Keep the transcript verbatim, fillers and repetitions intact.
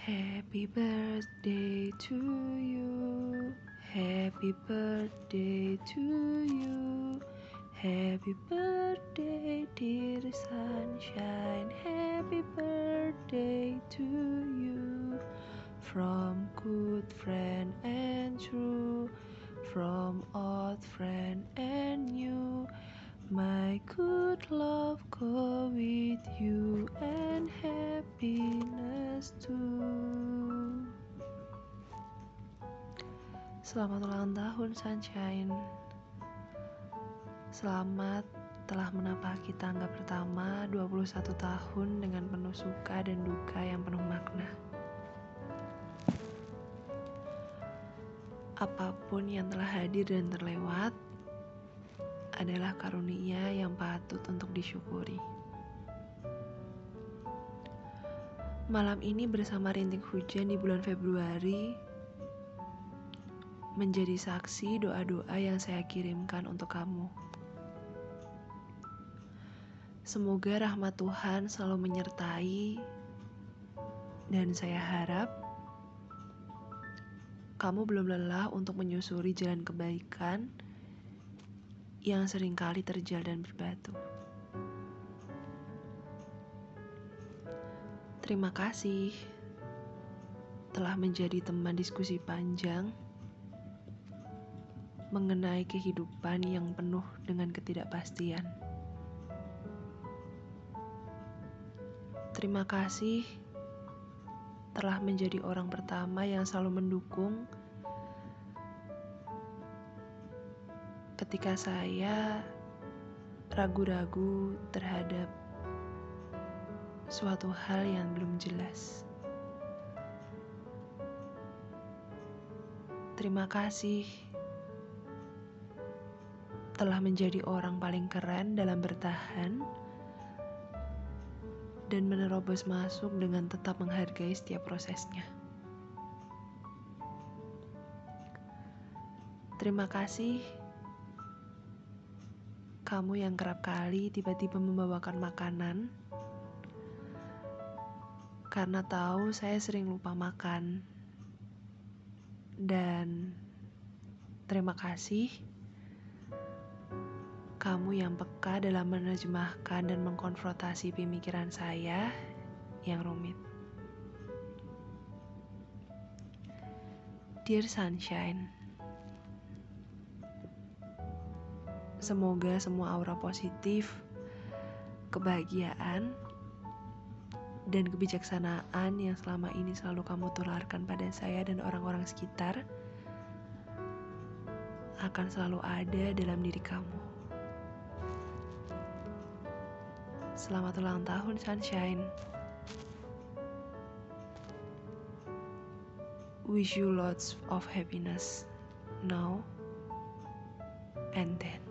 Happy birthday to you. Happy birthday to you. Happy birthday dear sunshine. Happy birthday to you. From good friend and true, from old friend and new, my good love go with you and happiness too. Selamat ulang tahun Sunshine. Selamat telah menapaki tangga pertama dua puluh satu tahun dengan penuh suka dan duka yang penuh makna. Apapun yang telah hadir dan terlewat adalah karunia yang patut untuk disyukuri. Malam ini bersama rintik hujan di bulan Februari menjadi saksi doa-doa yang saya kirimkan untuk kamu. Semoga rahmat Tuhan selalu menyertai, dan saya harap kamu belum lelah untuk menyusuri jalan kebaikan yang seringkali terjal dan berbatu. Terima kasih telah menjadi teman diskusi panjang mengenai kehidupan yang penuh dengan ketidakpastian. Terima kasih telah menjadi orang pertama yang selalu mendukung ketika saya ragu-ragu terhadap suatu hal yang belum jelas. Terima kasih telah menjadi orang paling keren dalam bertahan dan menerobos masuk dengan tetap menghargai setiap prosesnya. Terima kasih kamu yang kerap kali tiba-tiba membawakan makanan karena tahu saya sering lupa makan. Dan terima kasih kamu yang peka dalam menerjemahkan dan mengkonfrontasi pemikiran saya yang rumit. Dear Sunshine, semoga semua aura positif, kebahagiaan, dan kebijaksanaan yang selama ini selalu kamu tularkan pada saya dan orang-orang sekitar akan selalu ada dalam diri kamu. Selamat ulang tahun Sunshine. Wish you lots of happiness now and then.